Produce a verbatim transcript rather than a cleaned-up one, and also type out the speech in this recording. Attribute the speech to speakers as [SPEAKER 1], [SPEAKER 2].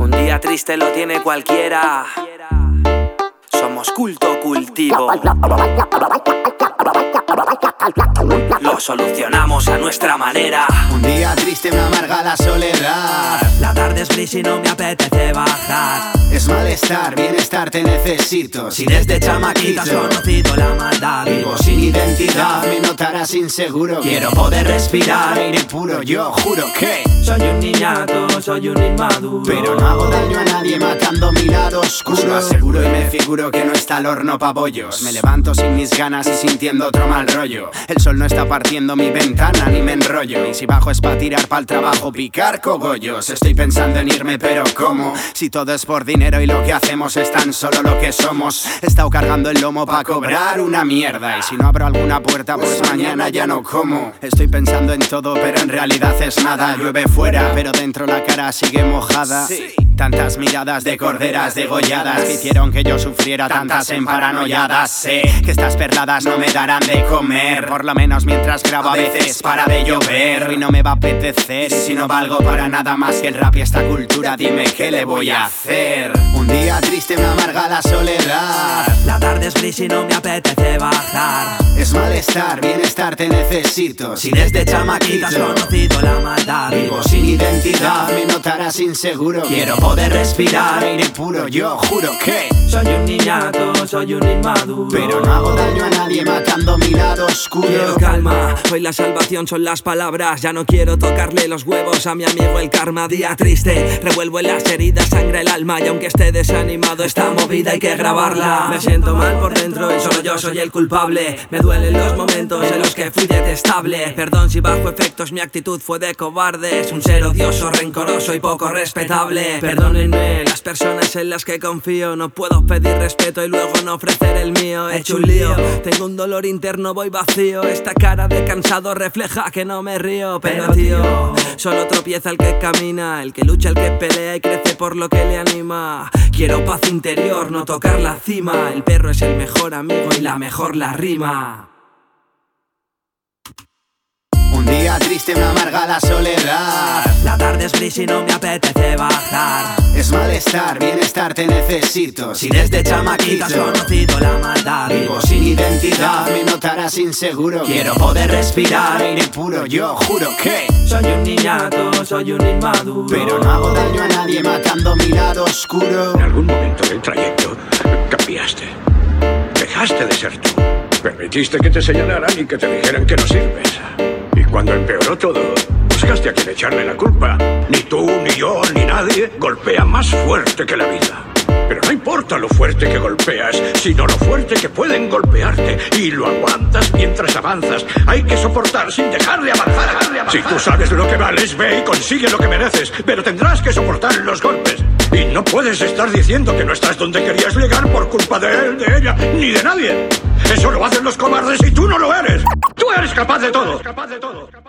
[SPEAKER 1] Un día triste lo tiene cualquiera. Somos culto cultivo. Lo solucionamos a nuestra manera.
[SPEAKER 2] Un día triste me amarga la soledad.
[SPEAKER 1] La tarde es gris y no me apetece bajar.
[SPEAKER 2] Es malestar, bienestar te necesito.
[SPEAKER 1] Si desde chamaquito has conocido la maldad,
[SPEAKER 2] vivo sin identidad, me notarás inseguro.
[SPEAKER 1] Quiero poder respirar,
[SPEAKER 2] aire puro, yo juro que
[SPEAKER 1] soy un niñato, soy un inmaduro.
[SPEAKER 2] Pero no hago daño a nadie matando mi lado oscuro. Lo aseguro y me figuro que no está el horno pa' bollos. Me levanto sin mis ganas y sintiendo otro mal rollo. El sol no está partiendo mi ventana ni me enrollo. Y si bajo es pa' tirar pa'l trabajo, picar cogollos. Estoy pensando en irme pero ¿cómo? Si todo es por dinero y lo que hacemos es tan solo lo que somos. He estado cargando el lomo pa' cobrar una mierda. Y si no abro alguna puerta pues mañana ya no como. Estoy pensando en todo pero en realidad es nada. Llueve fuera pero dentro la cara sigue mojada. Sí. Tantas miradas de corderas degolladas que hicieron que yo sufriera tantas emparanoiadas. Sé que estas perladas no me darán de comer, por lo menos mientras grabo a veces para de llover. Y no me va a apetecer, y si no valgo para nada más que el rap y esta cultura, dime qué le voy a hacer. Un día triste me amarga la soledad.
[SPEAKER 1] La tarde es gris y no me apetece bajar.
[SPEAKER 2] Es malestar, bienestar te necesito.
[SPEAKER 1] Si desde chamaquita has conocido la maldad,
[SPEAKER 2] vivo sin identidad, me notarás inseguro.
[SPEAKER 1] Quiero poder respirar,
[SPEAKER 2] aire puro, yo juro que
[SPEAKER 1] soy un niñato, soy un inmaduro.
[SPEAKER 2] Pero no hago daño a nadie matando mi lado oscuro.
[SPEAKER 1] Quiero calma, hoy la salvación son las palabras. Ya no quiero tocarle los huevos a mi amigo el karma. Día triste, revuelvo en las heridas, sangre el alma. Y aunque esté desanimado, esta movida hay que grabarla. Me siento mal por dentro y solo yo soy el culpable. Me duelen los momentos en los que fui detestable. Perdón si bajo efectos mi actitud fue de cobarde. Es un ser odioso, rencoroso y poco respetable. Perdónenme, las personas en las que confío. No puedo pedir respeto y luego no ofrecer el mío. He hecho un lío, tengo un dolor interno, voy vacío. Esta cara de cansado refleja que no me río. Pero tío, solo tropieza el que camina, el que lucha, el que pelea y crece por lo que le anima. Quiero paz interior, no tocar la cima. El perro es el mejor amigo y la mejor la rima.
[SPEAKER 2] Un día triste me amarga la soledad.
[SPEAKER 1] La tarde es gris y no me apetece bajar.
[SPEAKER 2] Es malestar, bienestar te necesito.
[SPEAKER 1] Si desde chamaquita has conocido la maldad,
[SPEAKER 2] vivo sin identidad, me notarás inseguro.
[SPEAKER 1] Quiero poder respirar,
[SPEAKER 2] aire puro, yo juro que
[SPEAKER 1] soy un niñato, soy un inmaduro.
[SPEAKER 2] Pero no hago daño a nadie matando mi lado oscuro.
[SPEAKER 3] En algún momento del trayecto cambiaste. Dejaste de ser tú. Permitiste que te señalaran y que te dijeran que no sirves. Y cuando empeoró todo, buscaste a quien echarle la culpa. Ni tú, ni yo, ni nadie golpea más fuerte que la vida. Pero no importa lo fuerte que golpeas, sino lo fuerte que pueden golpearte. Y lo aguantas mientras avanzas. Hay que soportar sin dejar de avanzar. Dejar de avanzar. Si tú sabes lo que vales, ve y consigue lo que mereces. Pero tendrás que soportar los golpes. Y no puedes estar diciendo que no estás donde querías llegar por culpa de él, de ella, ni de nadie. Eso lo hacen los cobardes y tú no lo eres. Tú eres capaz de todo. Capaz de todo.